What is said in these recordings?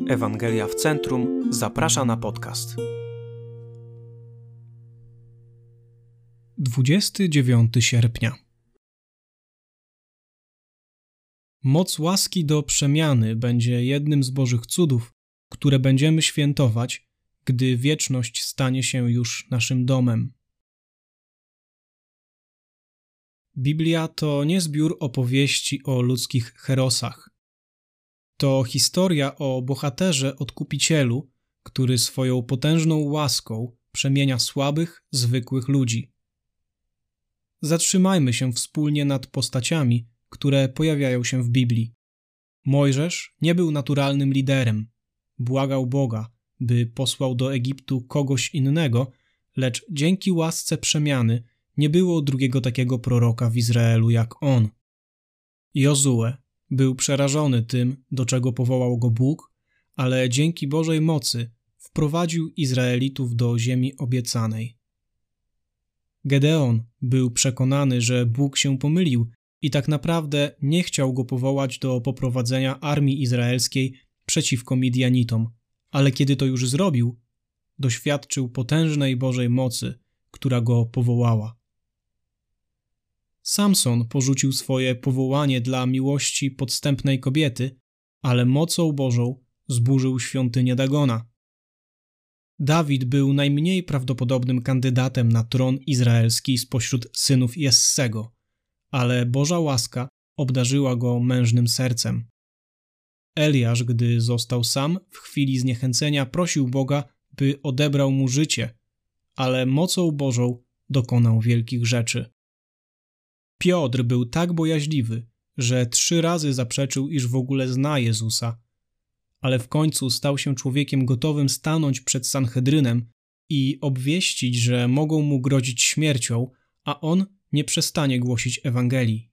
Ewangelia w Centrum zaprasza na podcast. 29 sierpnia. Moc łaski do przemiany będzie jednym z Bożych cudów, które będziemy świętować, gdy wieczność stanie się już naszym domem. Biblia to nie zbiór opowieści o ludzkich herosach. To historia o bohaterze odkupicielu, który swoją potężną łaską przemienia słabych, zwykłych ludzi. Zatrzymajmy się wspólnie nad postaciami, które pojawiają się w Biblii. Mojżesz nie był naturalnym liderem. Błagał Boga, by posłał do Egiptu kogoś innego, lecz dzięki łasce przemiany nie było drugiego takiego proroka w Izraelu jak on. Jozue był przerażony tym, do czego powołał go Bóg, ale dzięki Bożej mocy wprowadził Izraelitów do ziemi obiecanej. Gedeon był przekonany, że Bóg się pomylił i tak naprawdę nie chciał go powołać do poprowadzenia armii izraelskiej przeciwko Midianitom, ale kiedy to już zrobił, doświadczył potężnej Bożej mocy, która go powołała. Samson porzucił swoje powołanie dla miłości podstępnej kobiety, ale mocą Bożą zburzył świątynię Dagona. Dawid był najmniej prawdopodobnym kandydatem na tron izraelski spośród synów Jessego, ale Boża łaska obdarzyła go mężnym sercem. Eliasz, gdy został sam, w chwili zniechęcenia prosił Boga, by odebrał mu życie, ale mocą Bożą dokonał wielkich rzeczy. Piotr był tak bojaźliwy, że 3 razy zaprzeczył, iż w ogóle zna Jezusa, ale w końcu stał się człowiekiem gotowym stanąć przed Sanhedrynem i obwieścić, że mogą mu grozić śmiercią, a on nie przestanie głosić Ewangelii.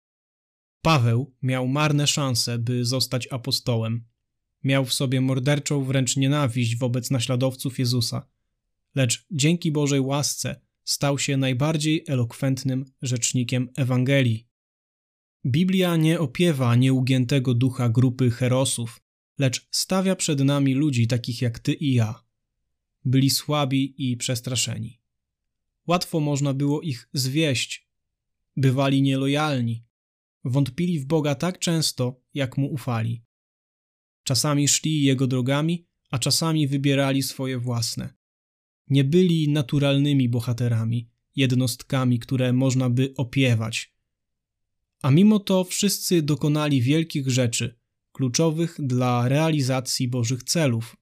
Paweł miał marne szanse, by zostać apostołem. Miał w sobie morderczą wręcz nienawiść wobec naśladowców Jezusa, lecz dzięki Bożej łasce stał się najbardziej elokwentnym rzecznikiem Ewangelii. Biblia nie opiewa nieugiętego ducha grupy herosów, lecz stawia przed nami ludzi takich jak ty i ja. Byli słabi i przestraszeni. Łatwo można było ich zwieść. Bywali nielojalni. Wątpili w Boga tak często, jak mu ufali. Czasami szli Jego drogami, a czasami wybierali swoje własne. Nie byli naturalnymi bohaterami, jednostkami, które można by opiewać. A mimo to wszyscy dokonali wielkich rzeczy, kluczowych dla realizacji Bożych celów.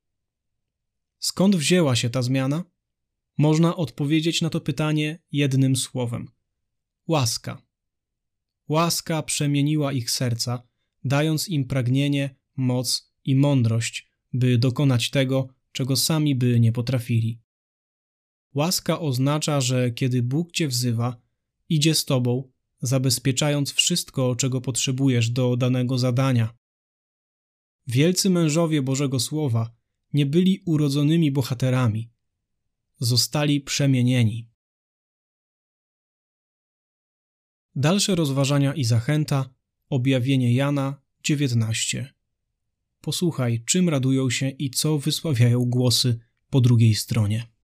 Skąd wzięła się ta zmiana? Można odpowiedzieć na to pytanie jednym słowem. Łaska. Łaska przemieniła ich serca, dając im pragnienie, moc i mądrość, by dokonać tego, czego sami by nie potrafili. Łaska oznacza, że kiedy Bóg cię wzywa, idzie z tobą, zabezpieczając wszystko, czego potrzebujesz do danego zadania. Wielcy mężowie Bożego Słowa nie byli urodzonymi bohaterami. Zostali przemienieni. Dalsze rozważania i zachęta. Objawienie Jana 19. Posłuchaj, czym radują się i co wysławiają głosy po drugiej stronie.